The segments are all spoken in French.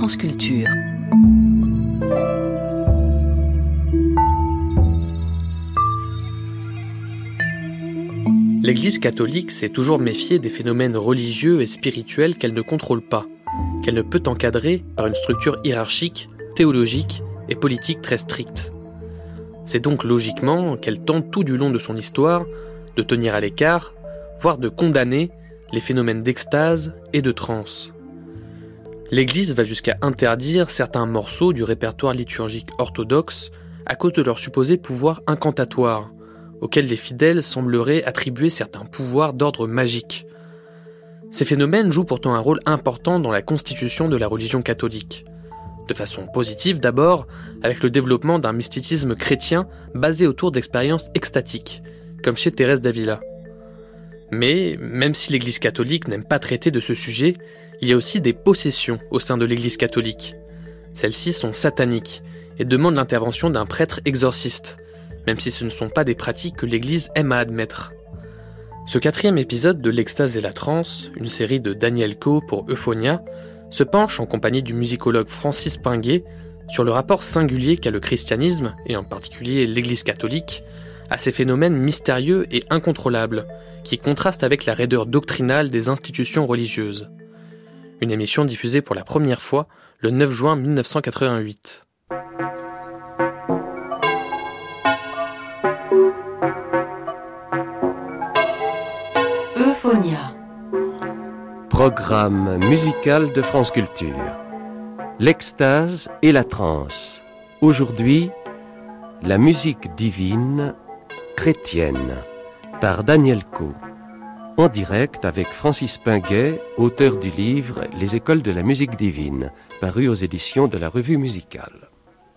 France Culture. L'Église catholique s'est toujours méfiée des phénomènes religieux et spirituels qu'elle ne contrôle pas, qu'elle ne peut encadrer par une structure hiérarchique, théologique et politique très stricte. C'est donc logiquement qu'elle tente tout du long de son histoire de tenir à l'écart, voire de condamner les phénomènes d'extase et de transe. L'Église va jusqu'à interdire certains morceaux du répertoire liturgique orthodoxe à cause de leur supposé pouvoir incantatoire, auxquels les fidèles sembleraient attribuer certains pouvoirs d'ordre magique. Ces phénomènes jouent pourtant un rôle important dans la constitution de la religion catholique. De façon positive d'abord, avec le développement d'un mysticisme chrétien basé autour d'expériences extatiques, comme chez Thérèse d'Avila. Mais, même si l'Église catholique n'aime pas traiter de ce sujet, il y a aussi des possessions au sein de l'Église catholique. Celles-ci sont sataniques et demandent l'intervention d'un prêtre exorciste, même si ce ne sont pas des pratiques que l'Église aime à admettre. Ce 4e épisode de L'Extase et la Transe, une série de Daniel Coe pour Euphonia, se penche en compagnie du musicologue Francis Pinguet sur le rapport singulier qu'a le christianisme, et en particulier l'Église catholique, à ces phénomènes mystérieux et incontrôlables, qui contrastent avec la raideur doctrinale des institutions religieuses. Une émission diffusée pour la première fois le 9 juin 1988. Euphonia. Programme musical de France Culture. L'Extase et la Transe. Aujourd'hui, la musique divine chrétienne par Daniel Coe. En direct avec Francis Pinguet, auteur du livre Les écoles de la musique divine, paru aux éditions de la Revue musicale.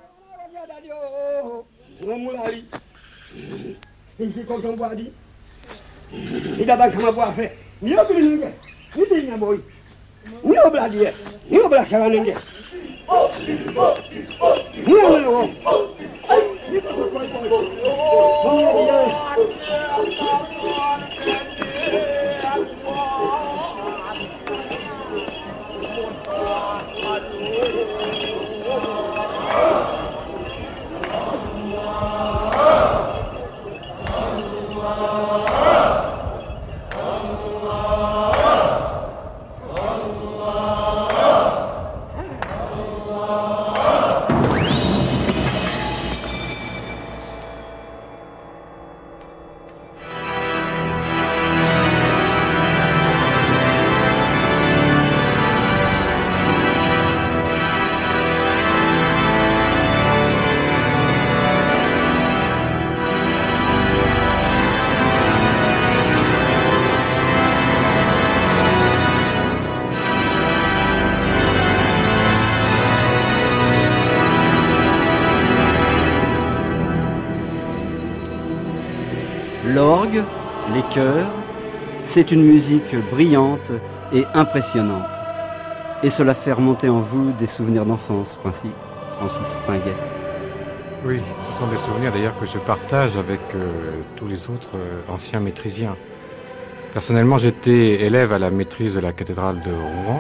L'orgue, les chœurs, c'est une musique brillante et impressionnante. Et cela fait remonter en vous des souvenirs d'enfance, Francis Pinguet. Oui, ce sont des souvenirs d'ailleurs que je partage avec tous les autres anciens maîtrisiens. Personnellement, j'étais élève à la maîtrise de la cathédrale de Rouen,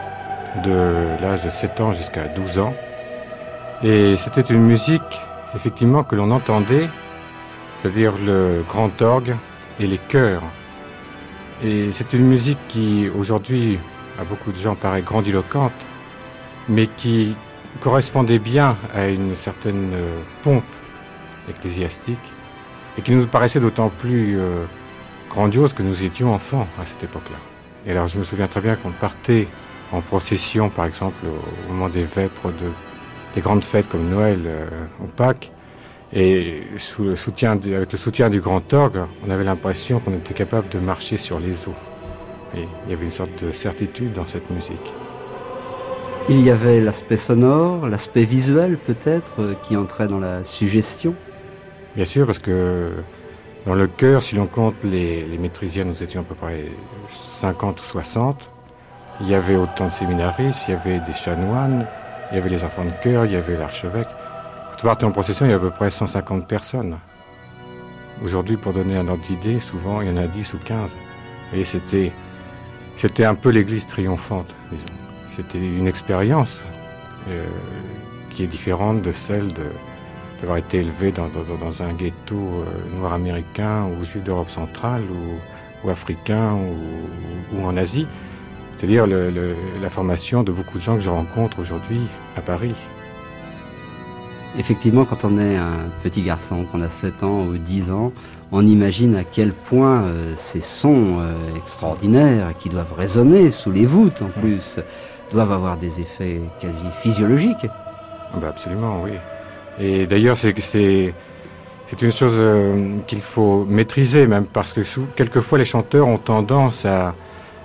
de l'âge de 7 ans jusqu'à 12 ans. Et c'était une musique, effectivement, que l'on entendait, c'est-à-dire le grand orgue et les chœurs. Et c'est une musique qui, aujourd'hui, à beaucoup de gens paraît grandiloquente, mais qui correspondait bien à une certaine pompe ecclésiastique, et qui nous paraissait d'autant plus grandiose que nous étions enfants à cette époque-là. Et alors je me souviens très bien qu'on partait en procession, par exemple, au moment des vêpres des grandes fêtes comme Noël ou Pâques, et avec le soutien du grand orgue, on avait l'impression qu'on était capable de marcher sur les eaux. Et il y avait une sorte de certitude dans cette musique. Il y avait l'aspect sonore, l'aspect visuel peut-être, qui entrait dans la suggestion. Bien sûr, parce que dans le chœur, si l'on compte les maîtrisiens, nous étions à peu près 50 ou 60. Il y avait autant de séminaristes, il y avait des chanoines, il y avait les enfants de chœur, il y avait l'archevêque. Quand on partait en procession, il y avait à peu près 150 personnes. Aujourd'hui, pour donner un ordre d'idée, souvent il y en a 10 ou 15. Et c'était un peu l'église triomphante, disons. C'était une expérience qui est différente de celle d'avoir été élevé dans un ghetto noir américain ou juif d'Europe centrale ou africain ou en Asie. C'est-à-dire la formation de beaucoup de gens que je rencontre aujourd'hui à Paris. Effectivement, quand on est un petit garçon, qu'on a 7 ans ou 10 ans, on imagine à quel point ces sons extraordinaires qui doivent résonner sous les voûtes en plus, doivent avoir des effets quasi physiologiques. Absolument, oui. Et d'ailleurs, c'est une chose qu'il faut maîtriser même, parce que quelquefois les chanteurs ont tendance à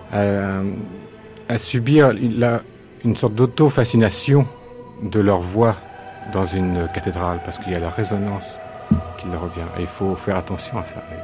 subir une sorte d'auto-fascination de leur voix dans une cathédrale, parce qu'il y a la résonance qui leur revient. Et il faut faire attention à ça, d'ailleurs.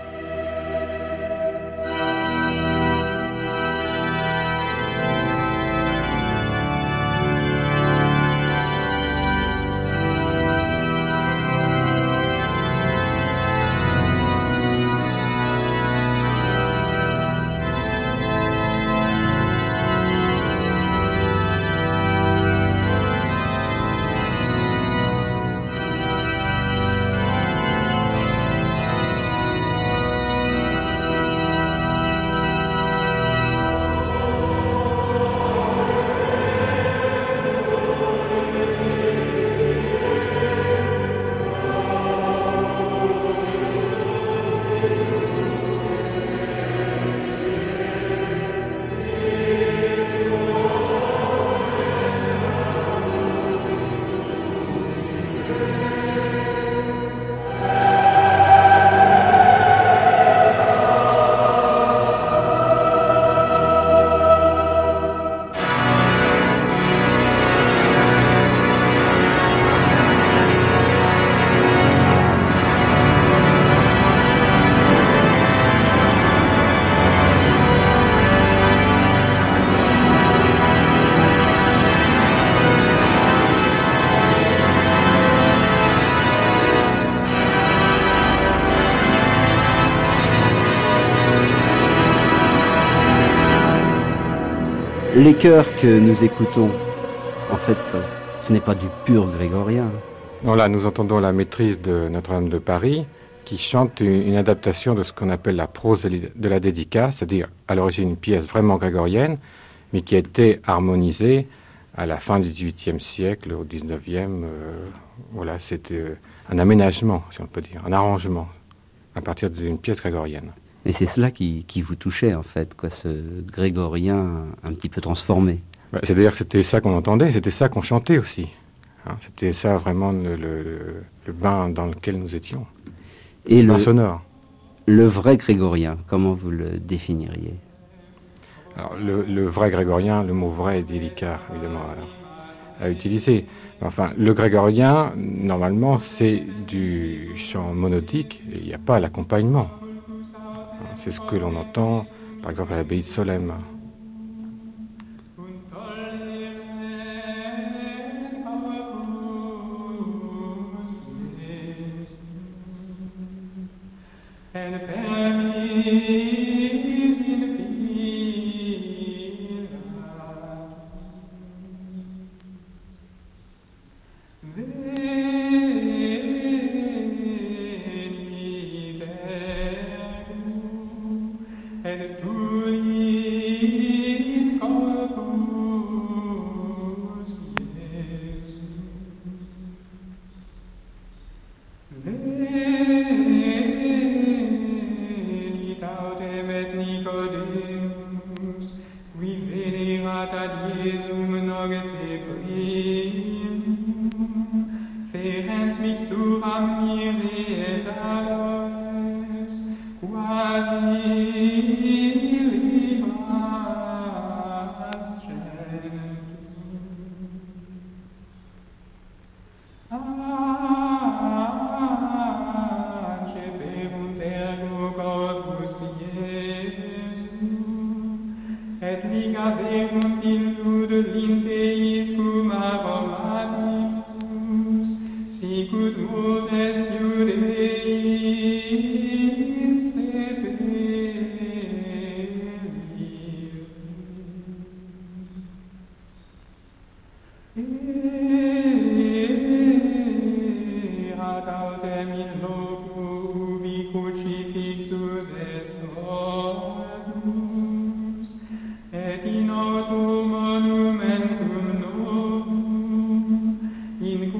Les chœurs que nous écoutons, en fait, ce n'est pas du pur grégorien. Non, là, nous entendons la maîtrise de Notre-Dame de Paris, qui chante une adaptation de ce qu'on appelle la prose de la dédicace, c'est-à-dire à l'origine une pièce vraiment grégorienne, mais qui a été harmonisée à la fin du XVIIIe siècle, au XIXe. Voilà, c'était un aménagement, si on peut dire, un arrangement, à partir d'une pièce grégorienne. Et c'est cela qui vous touchait, en fait, quoi, ce grégorien un petit peu transformé. C'est-à-dire que c'était ça qu'on entendait, c'était ça qu'on chantait aussi. Hein, c'était ça vraiment le bain dans lequel nous étions. Et le bain sonore. Le vrai grégorien, comment vous le définiriez? Alors, le vrai grégorien, le mot vrai est délicat, évidemment, à utiliser. Enfin, le grégorien, normalement, c'est du chant monodique, et il n'y a pas l'accompagnement. C'est ce que l'on entend, par exemple, à l'abbaye de Solesmes.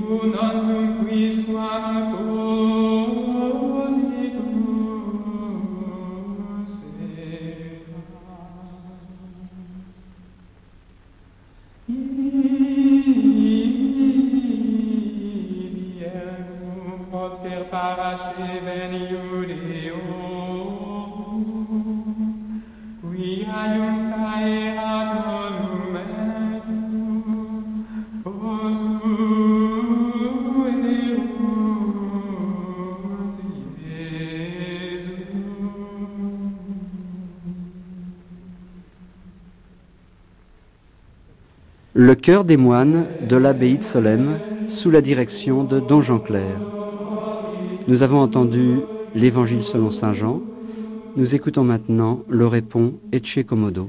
Le chœur des moines de l'abbaye de Solesmes, sous la direction de Don Jean Clair. Nous avons entendu l'Évangile selon saint Jean. Nous écoutons maintenant le répon Ecce Commodo.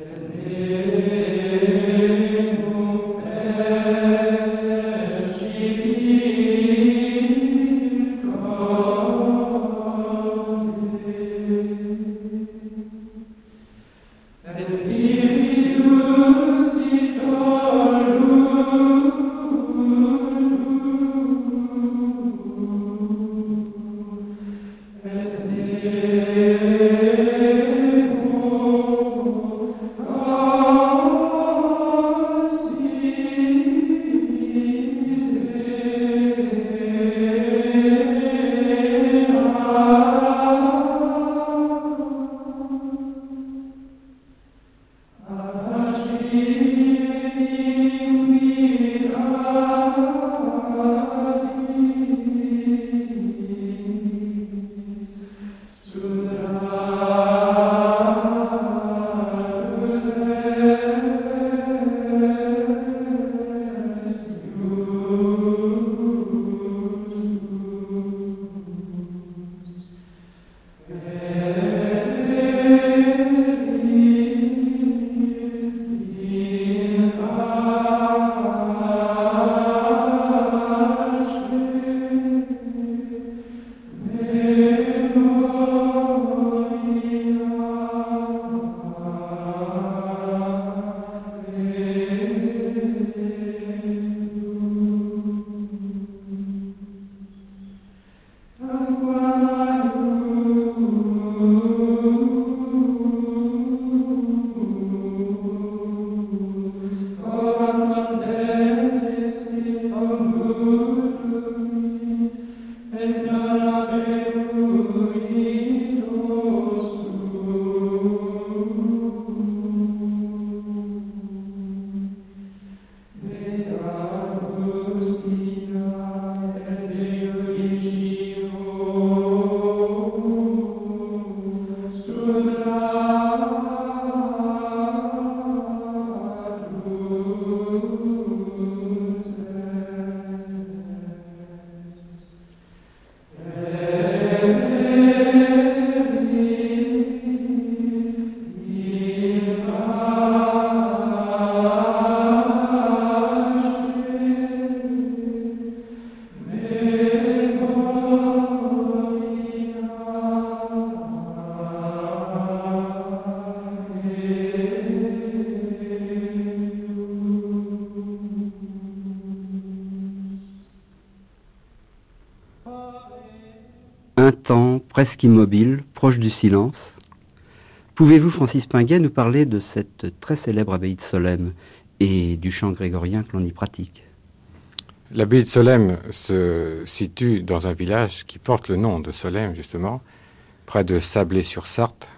Un temps presque immobile, proche du silence. Pouvez-vous, Francis Pinguet, nous parler de cette très célèbre abbaye de Solesmes et du chant grégorien que l'on y pratique? L'abbaye de Solesmes se situe dans un village qui porte le nom de Solesmes, justement, près de Sablé-sur-Sarthe,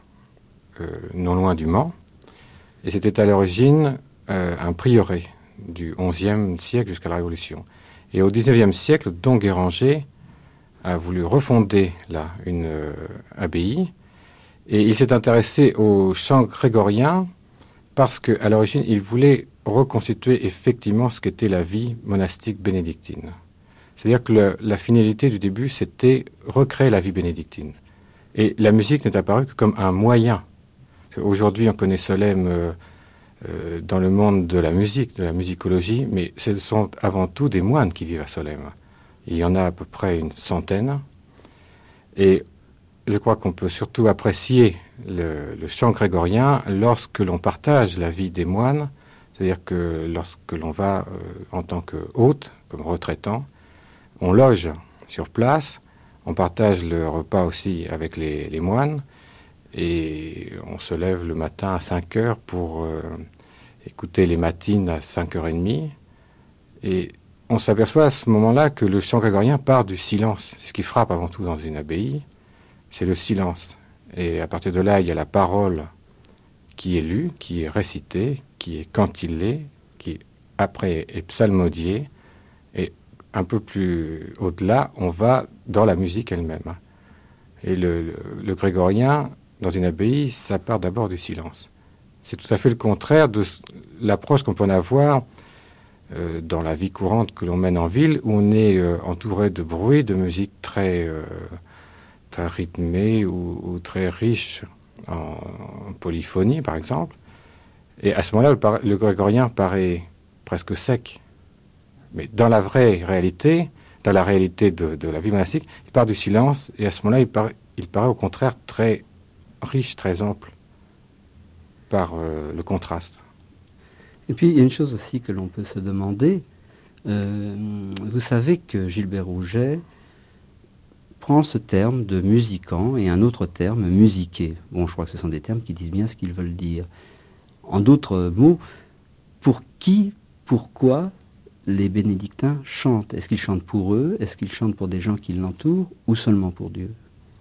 non loin du Mans. Et c'était à l'origine un prieuré du XIe siècle jusqu'à la Révolution. Et au XIXe siècle, Don Guéranger a voulu refonder là une abbaye. Et il s'est intéressé au chant grégorien parce qu'à l'origine, il voulait reconstituer effectivement ce qu'était la vie monastique bénédictine. C'est-à-dire que la finalité du début, c'était recréer la vie bénédictine. Et la musique n'est apparue que comme un moyen. Aujourd'hui, on connaît Solesmes dans le monde de la musique, de la musicologie, mais ce sont avant tout des moines qui vivent à Solesmes. Il y en a à peu près une centaine. Et je crois qu'on peut surtout apprécier le chant grégorien lorsque l'on partage la vie des moines, c'est-à-dire que lorsque l'on va en tant qu'hôte comme retraitant. On loge sur place, on partage le repas aussi avec les moines, et on se lève le matin à 5 heures pour écouter les matines à 5h30. Et on s'aperçoit à ce moment-là que le chant grégorien part du silence. C'est ce qui frappe avant tout dans une abbaye, c'est le silence. Et à partir de là, il y a la parole qui est lue, qui est récitée, qui est cantillée, qui après est psalmodiée. Et un peu plus au-delà, on va dans la musique elle-même. Et le grégorien, dans une abbaye, ça part d'abord du silence. C'est tout à fait le contraire de l'approche qu'on peut en avoir dans la vie courante que l'on mène en ville, où on est entouré de bruit, de musique très rythmée ou très riche en polyphonie, par exemple. Et à ce moment-là, le grégorien paraît presque sec. Mais dans la vraie réalité, dans la réalité de la vie monastique, il part du silence, et à ce moment-là, il paraît au contraire très riche, très ample, par le contraste. Et puis, il y a une chose aussi que l'on peut se demander. Vous savez que Gilbert Rouget prend ce terme de musicant et un autre terme, musiquer. Bon, je crois que ce sont des termes qui disent bien ce qu'ils veulent dire. En d'autres mots, pour qui, pourquoi les bénédictins chantent? Est-ce qu'ils chantent pour eux? Est-ce qu'ils chantent pour des gens qui l'entourent? Ou seulement pour Dieu?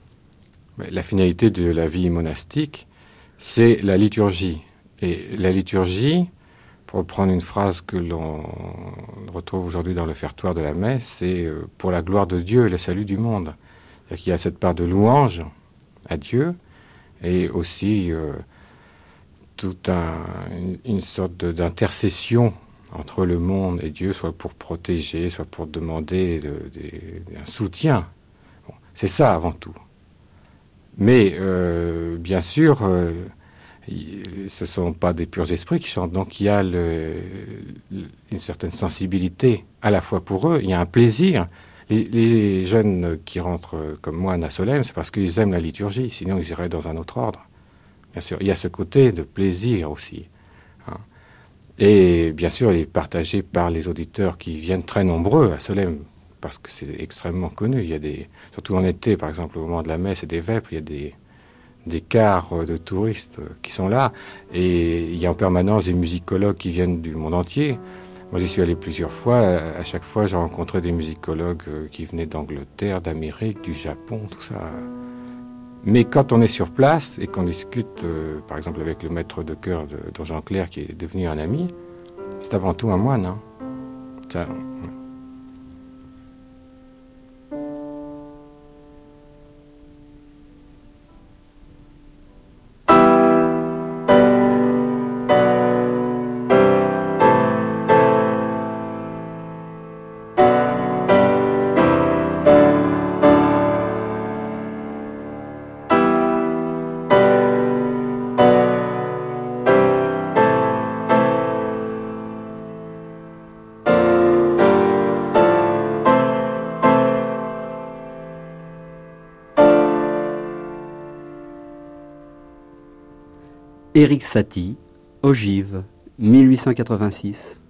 La finalité de la vie monastique, c'est la liturgie. Et la liturgie, pour reprendre une phrase que l'on retrouve aujourd'hui dans le offertoire de la messe, c'est pour la gloire de Dieu et le salut du monde. C'est-à-dire qu'il y a cette part de louange à Dieu et aussi toute une sorte d'intercession entre le monde et Dieu, soit pour protéger, soit pour demander un soutien. Bon, c'est ça avant tout. Mais bien sûr, ce ne sont pas des purs esprits qui chantent, donc il y a une certaine sensibilité à la fois pour eux, il y a un plaisir. Les jeunes qui rentrent comme moines à Solesmes, c'est parce qu'ils aiment la liturgie, sinon ils iraient dans un autre ordre. Bien sûr, il y a ce côté de plaisir aussi. Hein. Et bien sûr, il est partagé par les auditeurs qui viennent très nombreux à Solesmes, parce que c'est extrêmement connu. Il y a surtout en été, par exemple, au moment de la messe et des vêpres, il y a des cars de touristes qui sont là, et il y a en permanence des musicologues qui viennent du monde entier. Moi, j'y suis allé plusieurs fois. À chaque fois, j'ai rencontré des musicologues qui venaient d'Angleterre, d'Amérique, du Japon, tout ça. Mais quand on est sur place et qu'on discute, par exemple, avec le maître de chœur de Jean Clair, qui est devenu un ami, c'est avant tout un moine. Hein. Ça, Éric Satie, Ogive, 1886.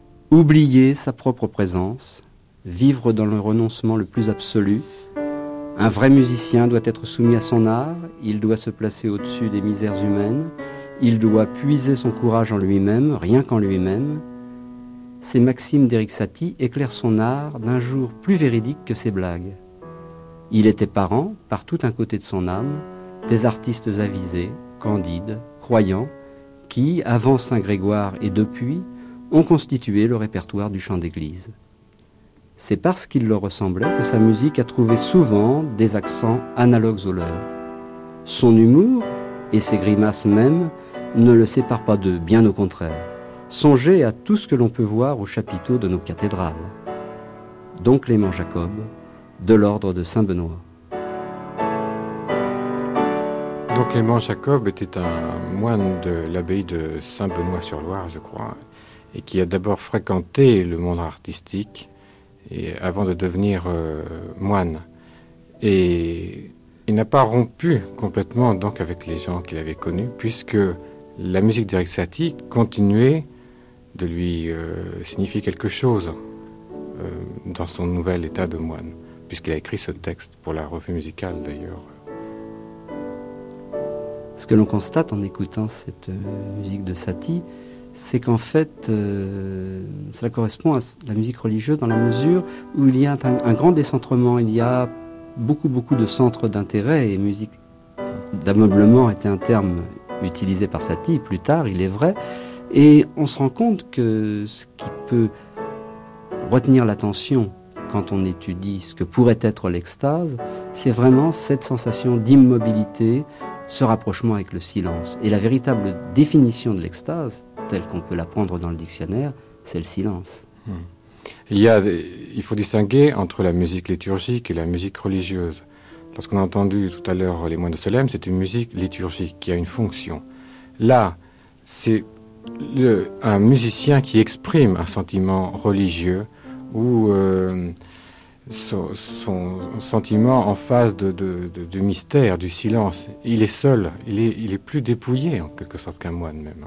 Oublier sa propre présence, vivre dans le renoncement le plus absolu, Un vrai musicien doit être soumis à son art, il doit se placer au-dessus des misères humaines, il doit puiser son courage en lui-même, rien qu'en lui-même. Ces maximes d'Éric Satie éclairent son art d'un jour plus véridique que ses blagues. Il était parent, par tout un côté de son âme, des artistes avisés, candides, croyants, qui, avant Saint-Grégoire et depuis, ont constitué le répertoire du chant d'église. C'est parce qu'il leur ressemblait que sa musique a trouvé souvent des accents analogues aux leurs. Son humour, et ses grimaces même, ne le séparent pas d'eux, bien au contraire. Songez à tout ce que l'on peut voir au chapiteau de nos cathédrales. Don Clément Jacob, de l'ordre de Saint-Benoît. Don Clément Jacob était un moine de l'abbaye de Saint-Benoît-sur-Loire, je crois, et qui a d'abord fréquenté le monde artistique et avant de devenir moine. Et il n'a pas rompu complètement donc avec les gens qu'il avait connus, puisque la musique d'Éric Satie continuait de lui signifier quelque chose dans son nouvel état de moine, puisqu'il a écrit ce texte pour la revue musicale d'ailleurs. Ce que l'on constate en écoutant cette musique de Satie, c'est qu'en fait, cela correspond à la musique religieuse dans la mesure où il y a un grand décentrement, il y a beaucoup de centres d'intérêt, et musique d'ameublement était un terme utilisé par Satie plus tard, il est vrai, et on se rend compte que ce qui peut retenir l'attention quand on étudie ce que pourrait être l'extase, c'est vraiment cette sensation d'immobilité, ce rapprochement avec le silence. Et la véritable définition de l'extase, telle qu'on peut l'apprendre dans le dictionnaire, c'est le silence. Il faut distinguer entre la musique liturgique et la musique religieuse. Lorsqu'on a entendu tout à l'heure les moines de Solesmes, c'est une musique liturgique qui a une fonction. Là, c'est un musicien qui exprime un sentiment religieux ou son sentiment en face du mystère, du silence. Il est seul, il est plus dépouillé en quelque sorte qu'un moine même.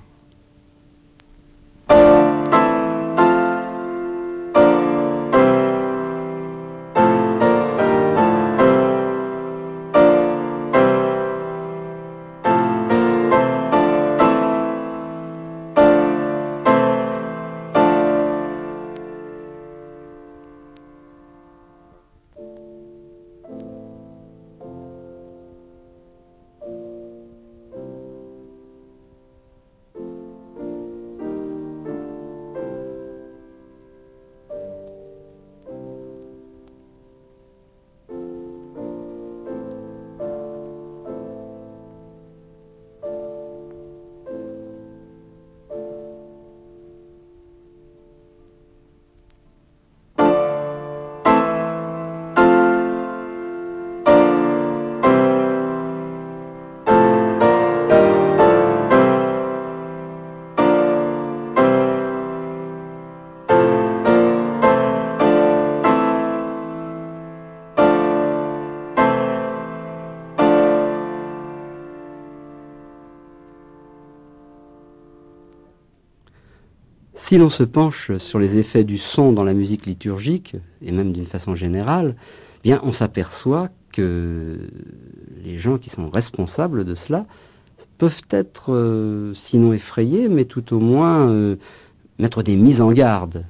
Si l'on se penche sur les effets du son dans la musique liturgique, et même d'une façon générale, bien on s'aperçoit que les gens qui sont responsables de cela peuvent être, sinon effrayés, mais tout au moins mettre des mises en garde.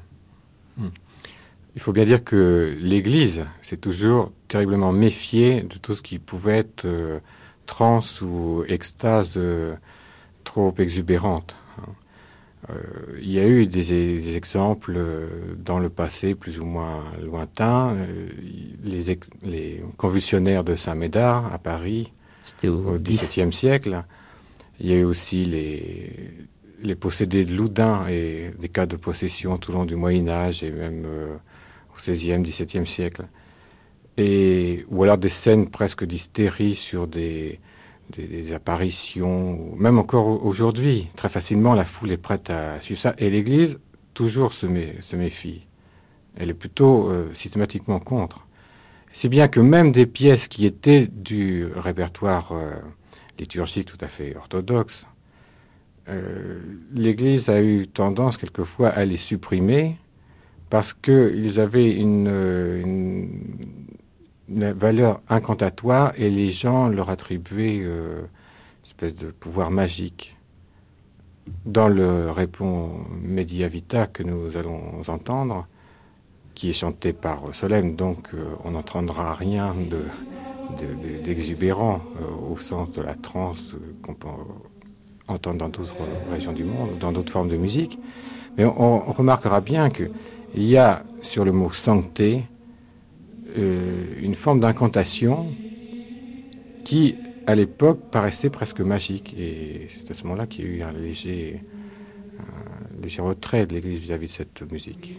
Il faut bien dire que l'Église s'est toujours terriblement méfiée de tout ce qui pouvait être transe ou extase trop exubérante. Il y a eu des exemples dans le passé plus ou moins lointain. Les convulsionnaires de Saint-Médard à Paris au XVIIe siècle. Il y a eu aussi les possédés de Loudun et des cas de possession tout au long du Moyen-Âge et même au XVIe, XVIIe siècle. Ou alors des scènes presque d'hystérie sur des apparitions, même encore aujourd'hui. Très facilement, la foule est prête à suivre ça. Et l'Église, toujours se méfie. Elle est plutôt systématiquement contre. C'est bien que même des pièces qui étaient du répertoire liturgique tout à fait orthodoxe, l'Église a eu tendance quelquefois à les supprimer parce qu'ils avaient une valeur incantatoire et les gens leur attribuaient une espèce de pouvoir magique. Dans le Répond Media Vita que nous allons entendre, qui est chanté par Solesmes, donc on n'entendra rien d'exubérant au sens de la trance qu'on peut entendre dans d'autres régions du monde, dans d'autres formes de musique. Mais on remarquera bien qu'il y a sur le mot sancté une forme d'incantation qui, à l'époque, paraissait presque magique. Et c'est à ce moment-là qu'il y a eu un léger retrait de l'Église vis-à-vis de cette musique.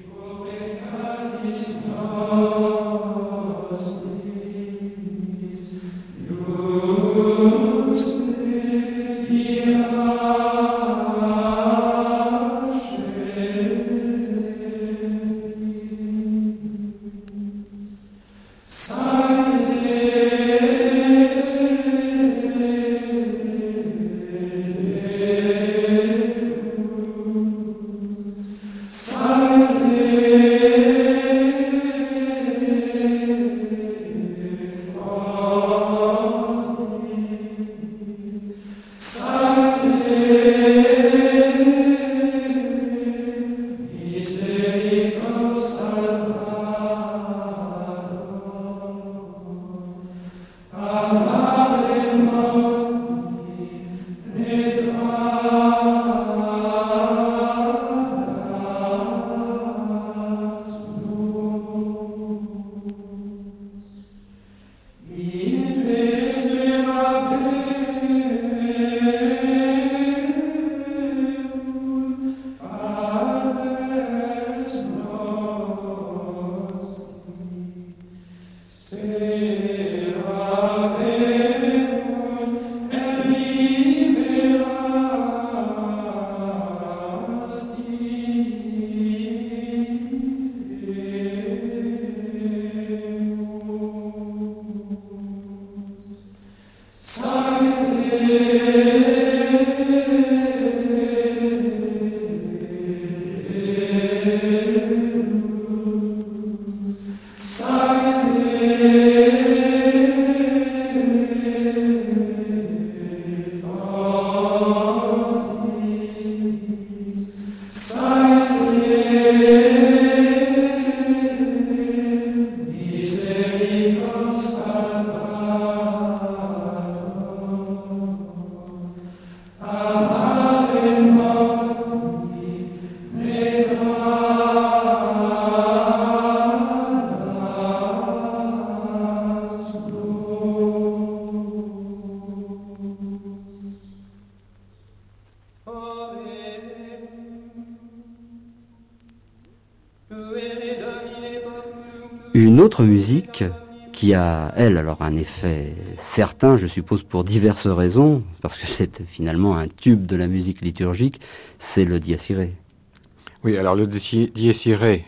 Une autre musique qui a, elle, alors un effet certain, je suppose, pour diverses raisons, parce que c'est finalement un tube de la musique liturgique, c'est le Dies Irae. Oui, alors le Dies Irae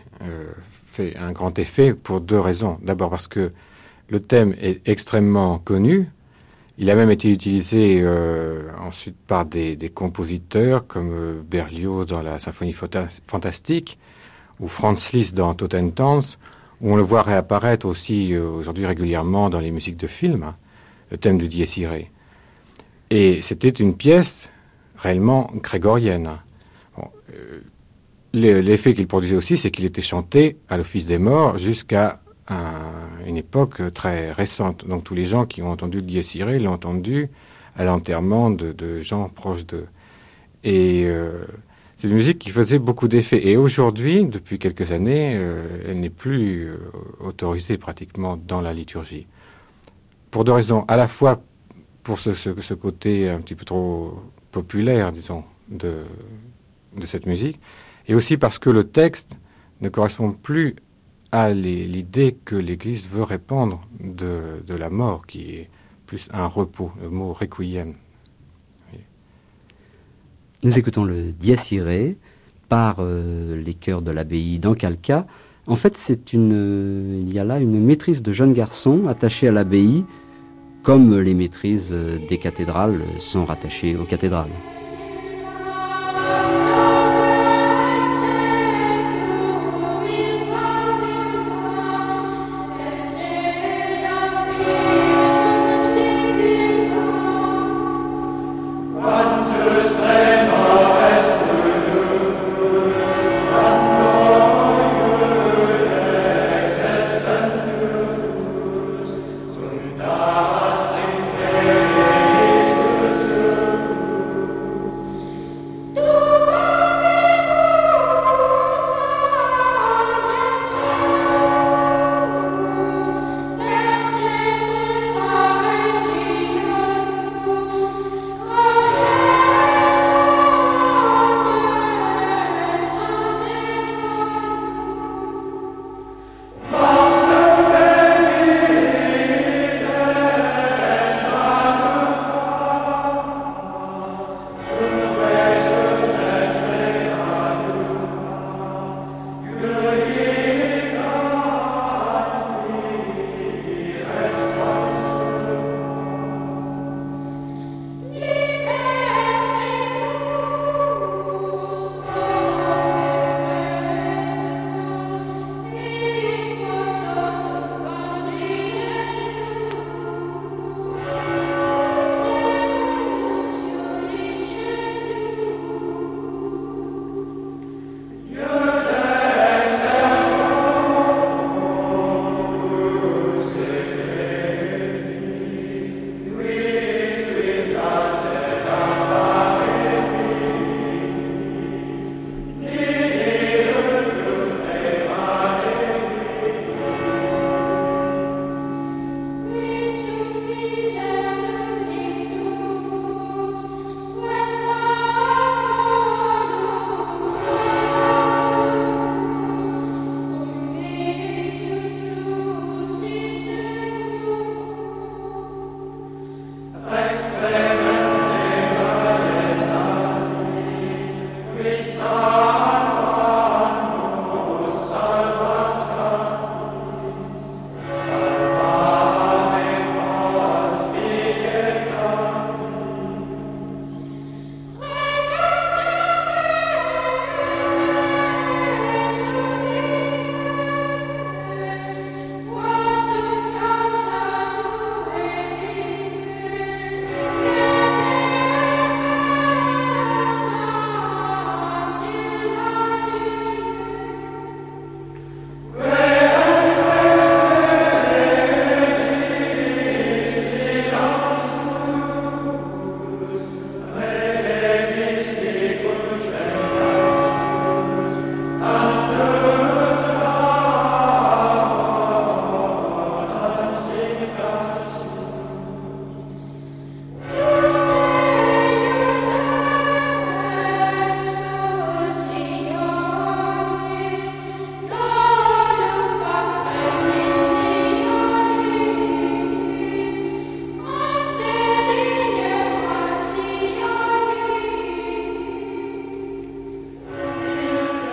fait un grand effet pour deux raisons. D'abord parce que le thème est extrêmement connu. Il a même été utilisé ensuite par des compositeurs comme Berlioz dans la Symphonie fantastique ou Franz Liszt dans Totentanz, où on le voit réapparaître aussi aujourd'hui régulièrement dans les musiques de films, le thème du Dies Irae. Et c'était une pièce réellement grégorienne. Bon, l'effet qu'il produisait aussi, c'est qu'il était chanté à l'Office des Morts jusqu'à une époque très récente. Donc tous les gens qui ont entendu le Dies Irae l'ont entendu à l'enterrement de gens proches d'eux. Et c'est une musique qui faisait beaucoup d'effets. Et aujourd'hui, depuis quelques années, elle n'est plus autorisée pratiquement dans la liturgie. Pour deux raisons. À la fois pour ce côté un petit peu trop populaire, disons, de cette musique, et aussi parce que le texte ne correspond plus à l'idée que l'Église veut répandre de la mort, qui est plus un repos, le mot requiem. Nous écoutons le Dies Irae par les chœurs de l'abbaye d'Ancalca. En fait, il y a là une maîtrise de jeunes garçons attachés à l'abbaye, comme les maîtrises des cathédrales sont rattachées aux cathédrales.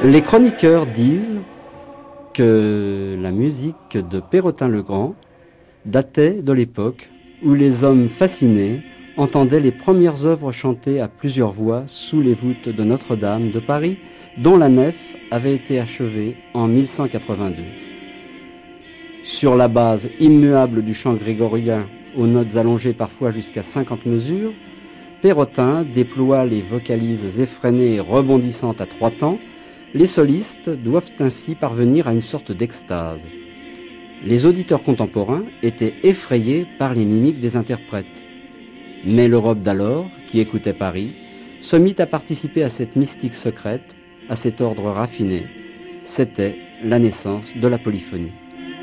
Les chroniqueurs disent que la musique de Perrotin-le-Grand datait de l'époque où les hommes fascinés entendaient les premières œuvres chantées à plusieurs voix sous les voûtes de Notre-Dame de Paris, dont la nef avait été achevée en 1182. Sur la base immuable du chant grégorien, aux notes allongées parfois jusqu'à 50 mesures, Perrotin déploie les vocalises effrénées et rebondissantes à 3 temps. Les solistes doivent ainsi parvenir à une sorte d'extase. Les auditeurs contemporains étaient effrayés par les mimiques des interprètes. Mais l'Europe d'alors, qui écoutait Paris, se mit à participer à cette mystique secrète, à cet ordre raffiné. C'était la naissance de la polyphonie.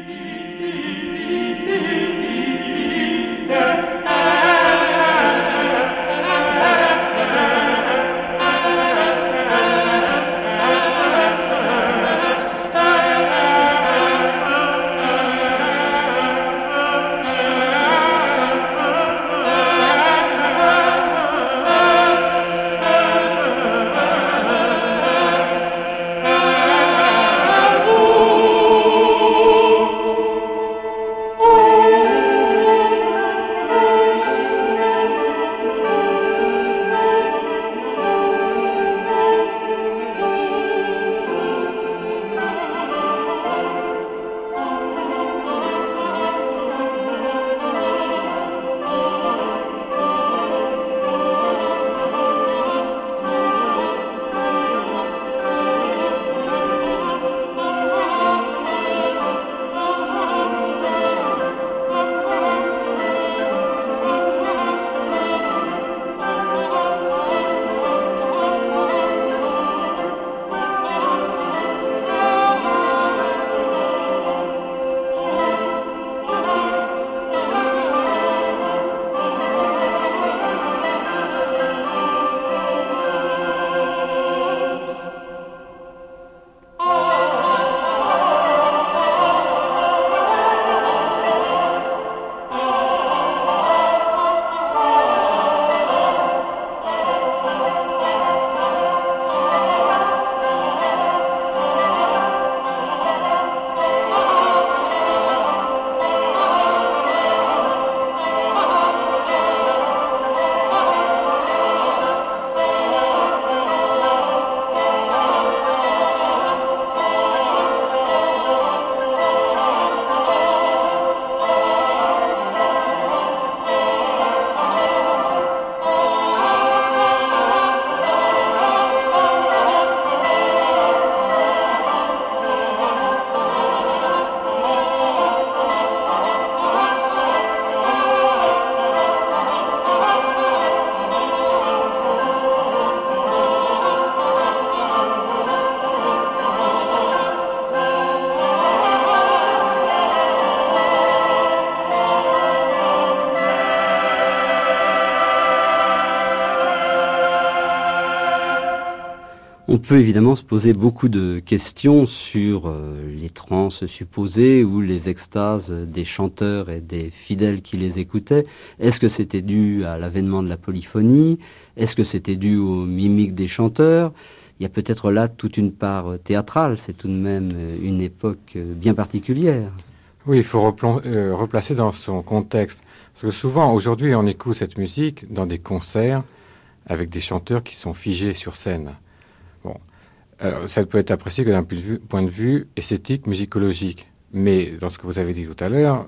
On peut évidemment se poser beaucoup de questions sur les transes supposées ou les extases des chanteurs et des fidèles qui les écoutaient. Est-ce que c'était dû à l'avènement de la polyphonie? Est-ce que c'était dû aux mimiques des chanteurs? Il y a peut-être là toute une part théâtrale, c'est tout de même une époque bien particulière. Oui, il faut replacer dans son contexte. Parce que souvent, aujourd'hui, on écoute cette musique dans des concerts avec des chanteurs qui sont figés sur scène. Bon, alors, ça peut être apprécié que d'un point de vue esthétique, musicologique. Mais dans ce que vous avez dit tout à l'heure,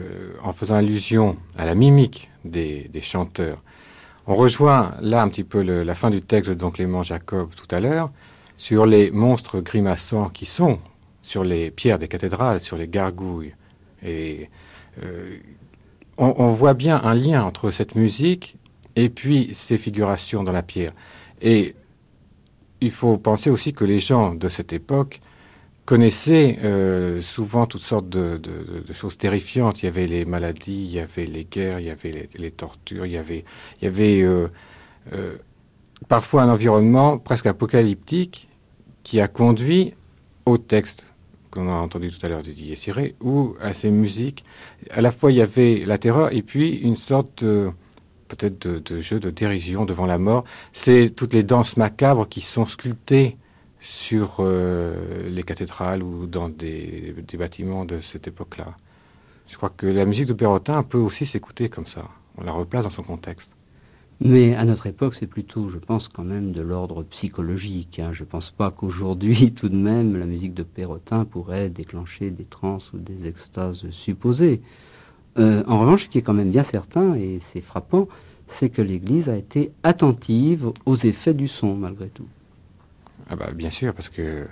en faisant allusion à la mimique des chanteurs, on rejoint là un petit peu la fin du texte de Don Clément Jacob tout à l'heure, sur les monstres grimaçants qui sont sur les pierres des cathédrales, sur les gargouilles. Et on voit bien un lien entre cette musique et puis ces figurations dans la pierre. Et il faut penser aussi que les gens de cette époque connaissaient souvent toutes sortes de choses terrifiantes. Il y avait les maladies, il y avait les guerres, il y avait les tortures, il y avait parfois un environnement presque apocalyptique qui a conduit au texte qu'on a entendu tout à l'heure de Didier Ciré, ou à ces musiques. À la fois, il y avait la terreur et puis une sorte peut-être de jeu de dérision devant la mort. C'est toutes les danses macabres qui sont sculptées sur les cathédrales ou dans des bâtiments de cette époque-là. Je crois que la musique de Perrotin peut aussi s'écouter comme ça. On la replace dans son contexte. Mais à notre époque, c'est plutôt, je pense, quand même de l'ordre psychologique. Je ne pense pas qu'aujourd'hui, tout de même, la musique de Perrotin pourrait déclencher des transes ou des extases supposées. En revanche, ce qui est quand même bien certain, et c'est frappant, c'est que l'Église a été attentive aux effets du son, malgré tout. Ah bah, bien sûr, parce que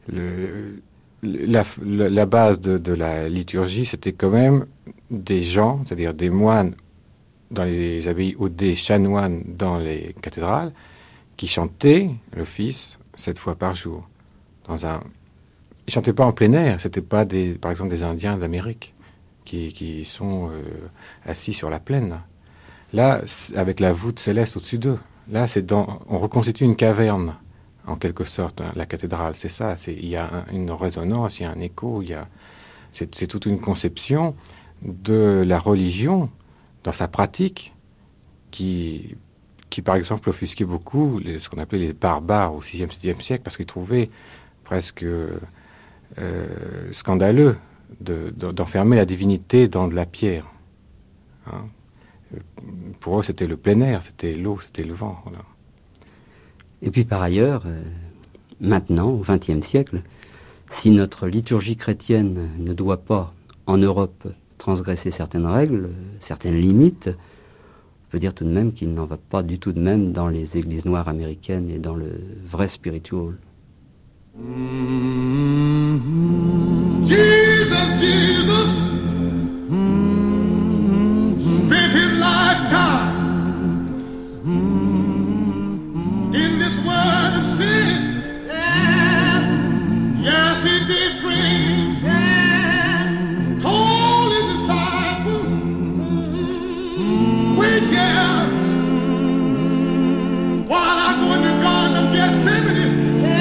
la base de la liturgie, c'était quand même des gens, c'est-à-dire des moines dans les abbayes ou des chanoines dans les cathédrales, qui chantaient l'office 7 fois par jour. Ils ne chantaient pas en plein air, c'était pas par exemple des Indiens d'Amérique qui sont assis sur la plaine. Là, avec la voûte céleste au-dessus d'eux, là, on reconstitue une caverne, en quelque sorte, la cathédrale, c'est ça. Il y a une résonance, il y a un écho, c'est toute une conception de la religion dans sa pratique qui par exemple, offusquait beaucoup ce qu'on appelait les barbares au 6e, 7e siècle, parce qu'ils trouvaient presque scandaleux d'enfermer la divinité dans de la pierre. Hein. Pour eux, c'était le plein air, c'était l'eau, c'était le vent. Voilà. Et puis par ailleurs, maintenant, au XXe siècle, si notre liturgie chrétienne ne doit pas, en Europe, transgresser certaines règles, certaines limites, on peut dire tout de même qu'il n'en va pas du tout de même dans les églises noires américaines et dans le vrai spiritual. Jesus, Jesus spent his lifetime in this world of sin. Yes, he did, friends. Told his disciples, wait here while I go in the Garden of Gethsemane.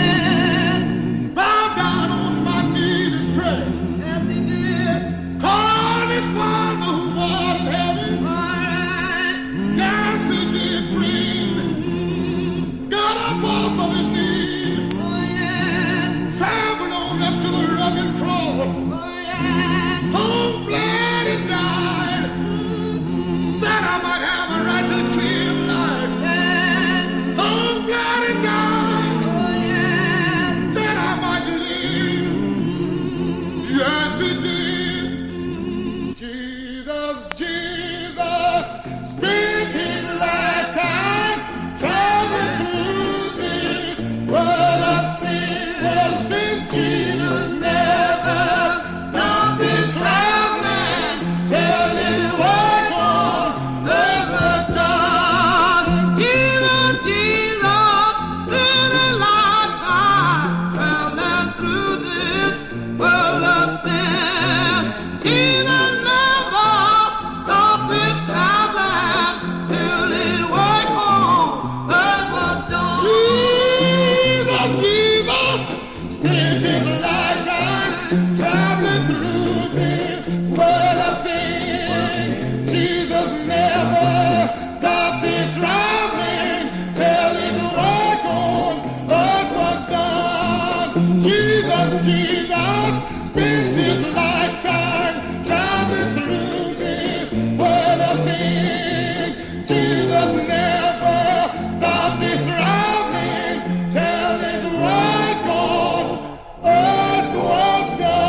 Bow down on my knees and pray. Yes, he did. Call his Father who art in heaven. Yes, he did, friend. Got up off of his knees. Traveled on up to the rugged cross. Home bled and died, that I might have a right to the tree of life. Home bled and died, that I might live. Yes, he did. Jesus, Jesus spent his lifetime traveling through this world of sin. World of sin. Jesus never stopped his traveling till his work on earth was done. Jesus, Jesus spent his lifetime traveling through this world of sin. Jesus never stopped his traveling till his work on earth was done. Jesus, Jesus spent his lifetime traveling through this world of sin. Jesus never stopped his traveling till his work on earth was done. Jesus, Jesus spent his lifetime traveling through this world of sin. Jesus never stopped his traveling till his work on earth was done.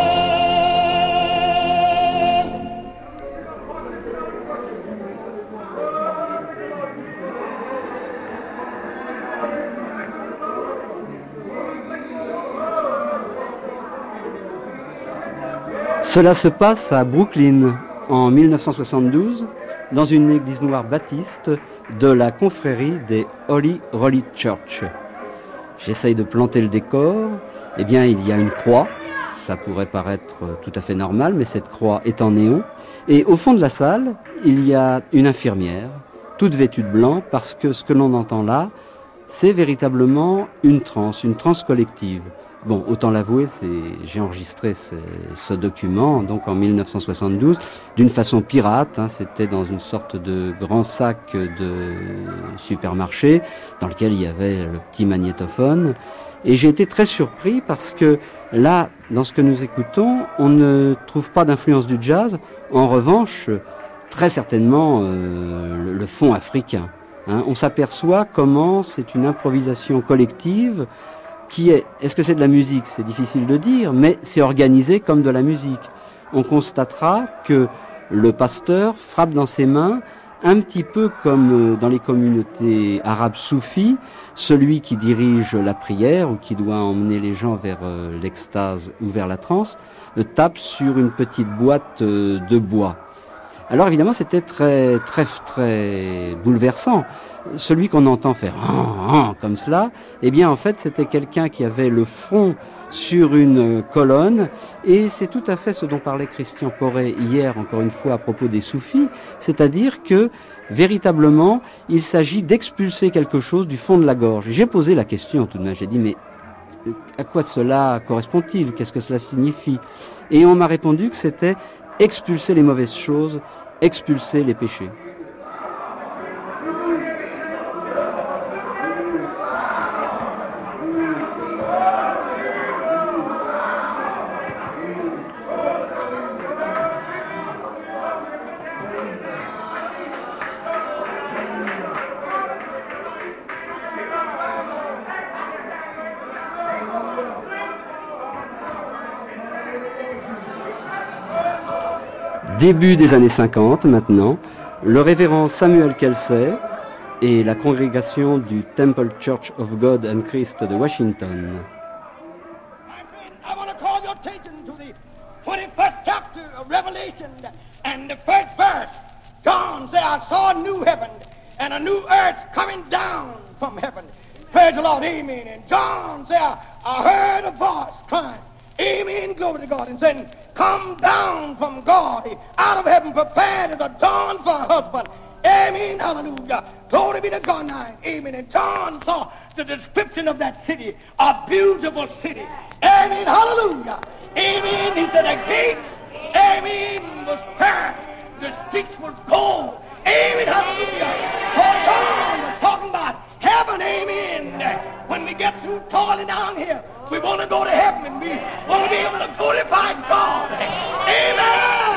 Cela se passe à Brooklyn en 1972 dans une église noire baptiste de la confrérie des Holy Rolley Church. J'essaye de planter le décor. Eh bien, il y a une croix. Ça pourrait paraître tout à fait normal, mais cette croix est en néon. Et au fond de la salle, il y a une infirmière, toute vêtue de blanc, parce que ce que l'on entend là, c'est véritablement une transe collective. Bon, autant l'avouer, j'ai enregistré ce document donc en 1972 d'une façon pirate. C'était dans une sorte de grand sac de supermarché dans lequel il y avait le petit magnétophone. Et j'ai été très surpris parce que là, dans ce que nous écoutons, on ne trouve pas d'influence du jazz. En revanche, très certainement le fond africain. On s'aperçoit comment c'est une improvisation collective est-ce que c'est de la musique? C'est difficile de dire, mais c'est organisé comme de la musique. On constatera que le pasteur frappe dans ses mains, un petit peu comme dans les communautés arabes soufis, celui qui dirige la prière ou qui doit emmener les gens vers l'extase ou vers la transe, tape sur une petite boîte de bois. Alors évidemment, c'était très, très, très bouleversant. Celui qu'on entend faire comme cela, eh bien en fait, c'était quelqu'un qui avait le front sur une colonne, et c'est tout à fait ce dont parlait Christian Poré hier, encore une fois, à propos des soufis, c'est-à-dire que véritablement, il s'agit d'expulser quelque chose du fond de la gorge. Et j'ai posé la question tout de même, j'ai dit, mais à quoi cela correspond-il? Qu'est-ce que cela signifie? Et on m'a répondu que c'était expulser les mauvaises choses, expulser les péchés. Début des années 50 maintenant, le révérend Samuel Kelsey et la congrégation du Temple Church of God and Christ de Washington. I want to call your attention to the 21st chapter of Revelation and the first verse. John said, I saw a new heaven and a new earth coming down from heaven. Praise the Lord, amen. And John said, I heard a voice crying, amen, glory to God, and saying, come down from God out of heaven, prepared as a dawn for a husband. Amen, hallelujah. Glory be to God now. Amen. And John saw the description of that city, a beautiful city. Amen, hallelujah. Amen. He said the gates, amen, was fair. The streets were gold. Amen, hallelujah. For John was talking about heaven, amen. When we get through toiling down here, we want to go to heaven and we want to be able to glorify God. Amen.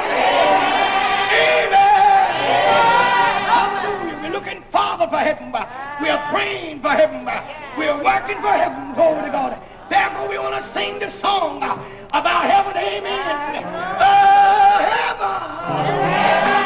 Amen. Hallelujah. We're looking farther for heaven. We are praying for heaven. We are working for heaven. Glory to God. Therefore, we want to sing the song about heaven. Amen. Oh, heaven.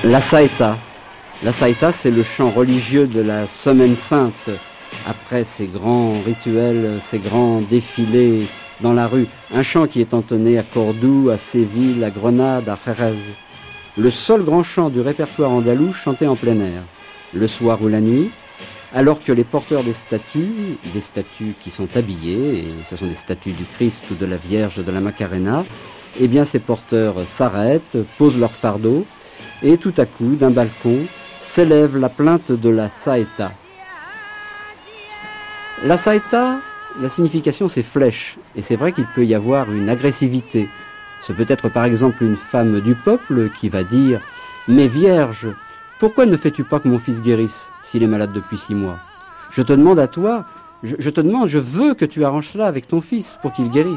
La Saïta. La Saïta, c'est le chant religieux de la Semaine Sainte. Après ces grands rituels, ces grands défilés dans la rue. Un chant qui est entonné à Cordoue, à Séville, à Grenade, à Jerez. Le seul grand chant du répertoire andalou chanté en plein air. Le soir ou la nuit, alors que les porteurs des statues qui sont habillés, et ce sont des statues du Christ ou de la Vierge de la Macarena, eh bien ces porteurs s'arrêtent, posent leur fardeau, et tout à coup, d'un balcon, s'élève la plainte de la saïta. La saïta, la signification c'est flèche, et c'est vrai qu'il peut y avoir une agressivité. Ce peut être par exemple une femme du peuple qui va dire « Mais Vierge, pourquoi ne fais-tu pas que mon fils guérisse s'il est malade depuis 6 mois ? Je te demande à toi, je veux que tu arranges cela avec ton fils pour qu'il guérisse. »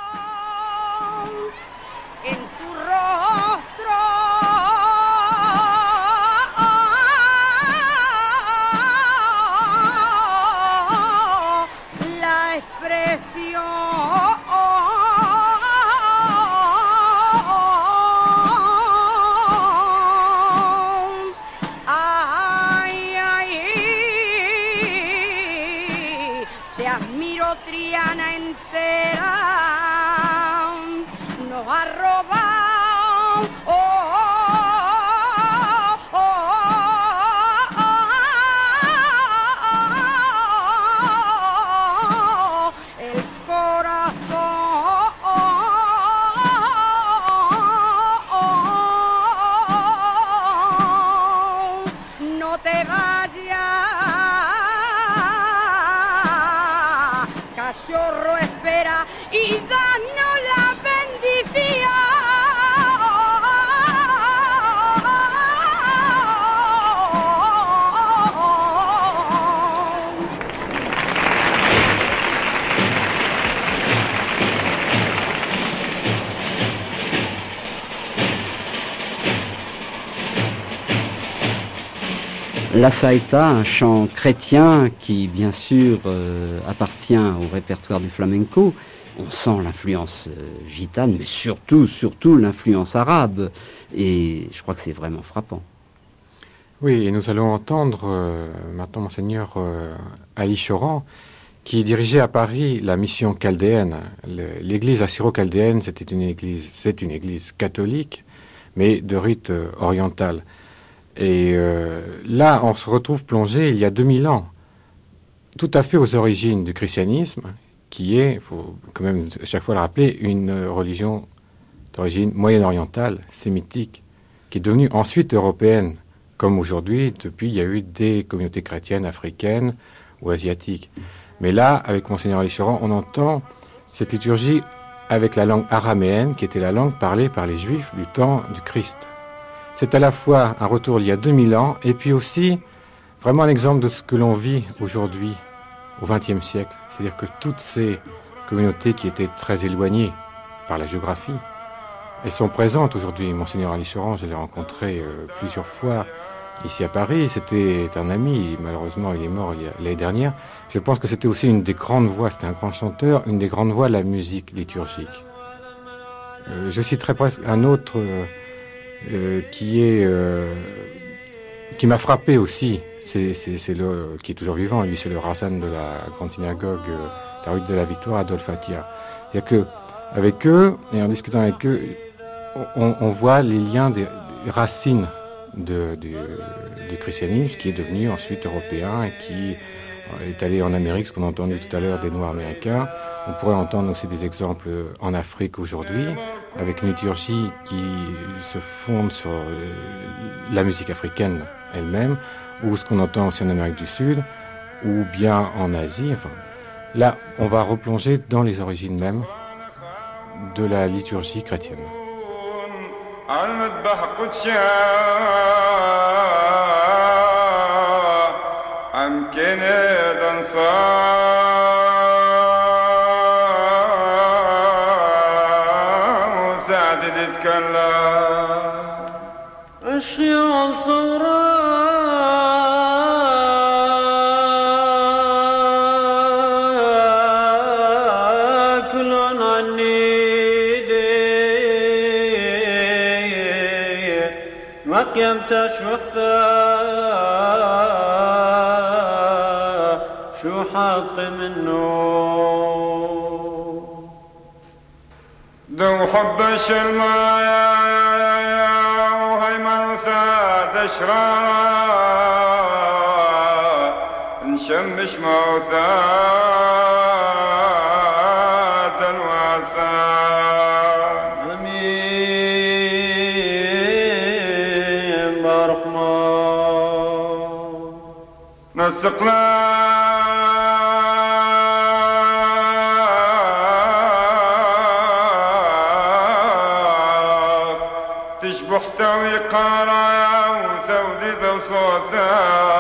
La saïta, un chant chrétien qui, bien sûr, appartient au répertoire du flamenco. On sent l'influence gitane, mais surtout l'influence arabe. Et je crois que c'est vraiment frappant. Oui, et nous allons entendre maintenant Monseigneur Ali Choran, qui dirigeait à Paris la mission chaldéenne. L'église assyro-chaldéenne, c'est une église catholique, mais de rite oriental. Et là, on se retrouve plongé il y a 2000 ans, tout à fait aux origines du christianisme, qui est, il faut quand même chaque fois le rappeler, une religion d'origine moyen-orientale, sémitique, qui est devenue ensuite européenne, comme aujourd'hui, depuis, il y a eu des communautés chrétiennes africaines ou asiatiques. Mais là, avec Monseigneur Ali Choran, on entend cette liturgie avec la langue araméenne, qui était la langue parlée par les Juifs du temps du Christ. C'est à la fois un retour il y a 2000 ans, et puis aussi vraiment un exemple de ce que l'on vit aujourd'hui, au XXe siècle. C'est-à-dire que toutes ces communautés qui étaient très éloignées par la géographie, elles sont présentes aujourd'hui. Monseigneur Ali Choran, je l'ai rencontré plusieurs fois ici à Paris. C'était un ami, malheureusement il est mort l'année dernière. Je pense que c'était aussi une des grandes voix, c'était un grand chanteur, une des grandes voix de la musique liturgique. Je citerai presque un autre qui m'a frappé aussi, qui est toujours vivant, lui c'est le Rassan de la grande synagogue, la rue de la Victoire, Adolphe Attia. C'est-à-dire que avec eux, et en discutant avec eux, on voit les liens des racines du christianisme qui est devenu ensuite européen et qui est allé en Amérique, ce qu'on a entendu tout à l'heure des Noirs américains. On pourrait entendre aussi des exemples en Afrique aujourd'hui, avec une liturgie qui se fonde sur la musique africaine elle-même, ou ce qu'on entend aussi en Amérique du Sud, ou bien en Asie. Enfin, là, on va replonger dans les origines mêmes de la liturgie chrétienne. ما حكمت شحثا شو حق منه ذو حب الشلمايا وهيمن ثاد اشرارا نشمش موثا الوثا امين برحمن نسقنا محتوي قارا وثودي ذو صوتا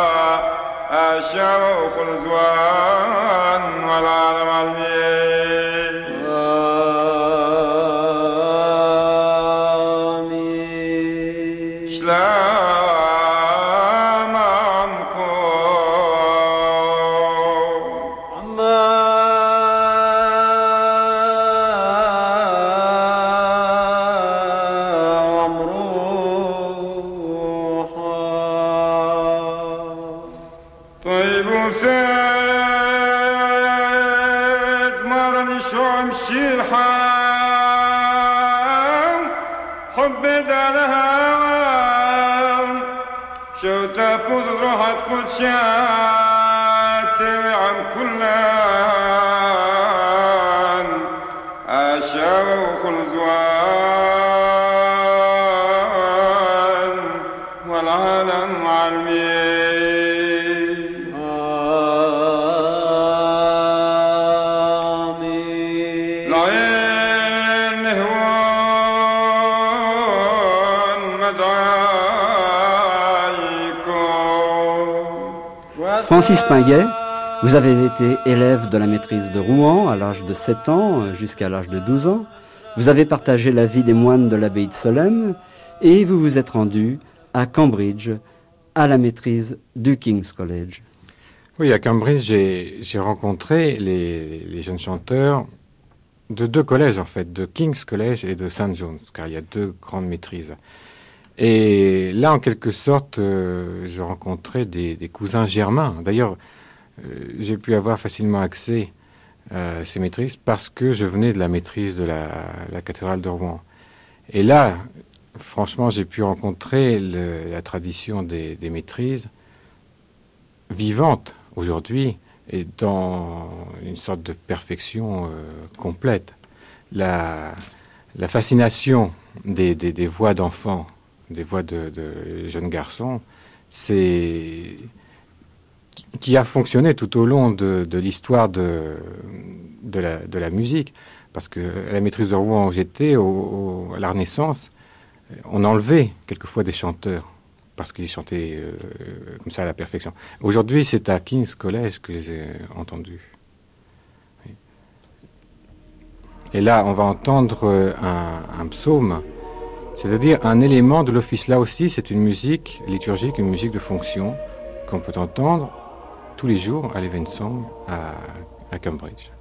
الشوق الزوان والعالم آمين شلام عمكو شو تفوت روحك قدشات عن كلان أشوق الزوان والعالم علمي آمين العين هوان مدعى Francis Pinguet, vous avez été élève de la maîtrise de Rouen à l'âge de 7 ans jusqu'à l'âge de 12 ans. Vous avez partagé la vie des moines de l'abbaye de Solesmes et vous vous êtes rendu à Cambridge à la maîtrise du King's College. Oui, à Cambridge, j'ai rencontré les jeunes chanteurs de deux collèges en fait, de King's College et de St. John's, car il y a deux grandes maîtrises. Et là, en quelque sorte, je rencontrais des cousins germains. D'ailleurs, j'ai pu avoir facilement accès à ces maîtrises parce que je venais de la maîtrise de la cathédrale de Rouen. Et là, franchement, j'ai pu rencontrer la tradition des maîtrises vivante aujourd'hui et dans une sorte de perfection complète. La fascination des voix d'enfants, des voix de jeunes garçons, c'est qui a fonctionné tout au long de l'histoire de la musique. Parce que à la maîtrise de Rouen où j'étais, à la Renaissance, on enlevait quelquefois des chanteurs parce qu'ils chantaient comme ça à la perfection. Aujourd'hui, c'est à King's College que je les ai entendus. Oui. Et là, on va entendre un psaume, c'est-à-dire un élément de l'office. Là aussi, c'est une musique liturgique, une musique de fonction qu'on peut entendre tous les jours à l'Evensong à Cambridge.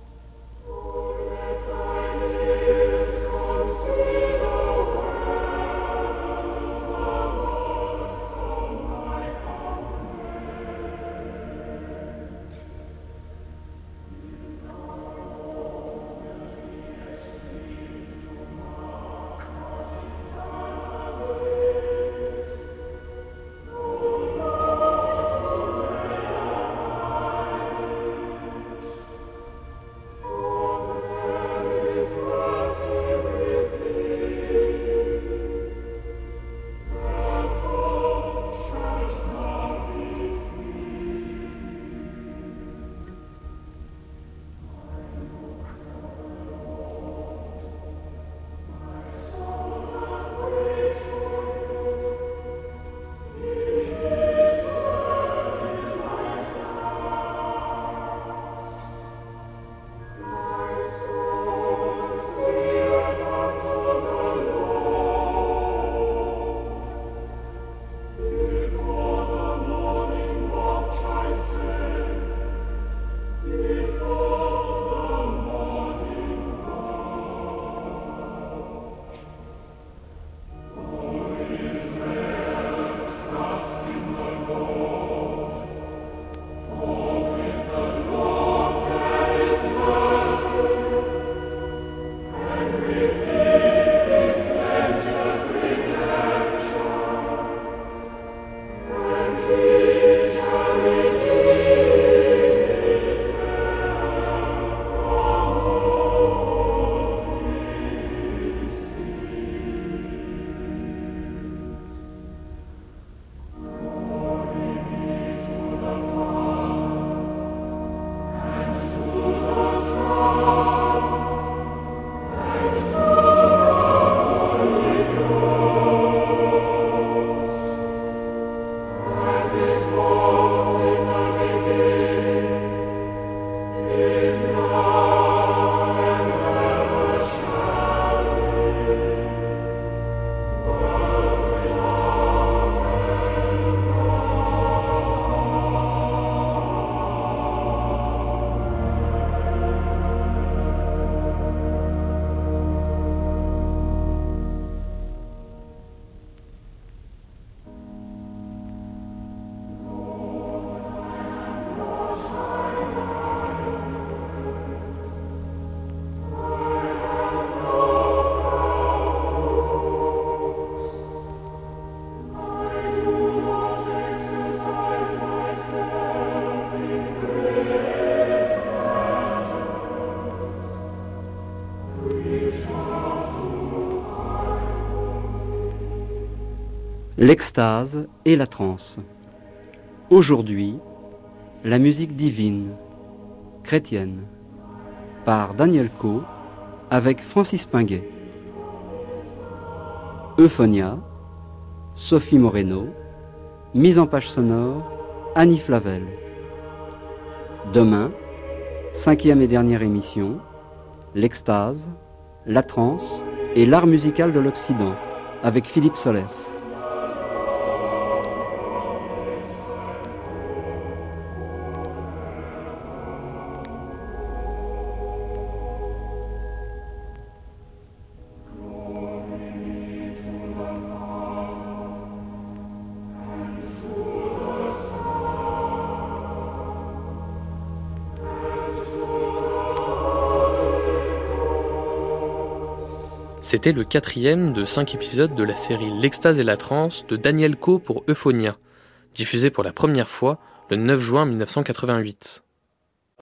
l'extase et la transe. Aujourd'hui, la musique divine, chrétienne, par Daniel Caux avec Francis Pinguet. Euphonia, Sophie Moreno, mise en page sonore, Annie Flavel. Demain, 5e et dernière émission, l'extase, la transe et l'art musical de l'Occident, avec Philippe Solers. C'était le 4e de 5 épisodes de la série L'extase et la transe de Daniel Caux pour Euphonia, diffusée pour la première fois le 9 juin 1988.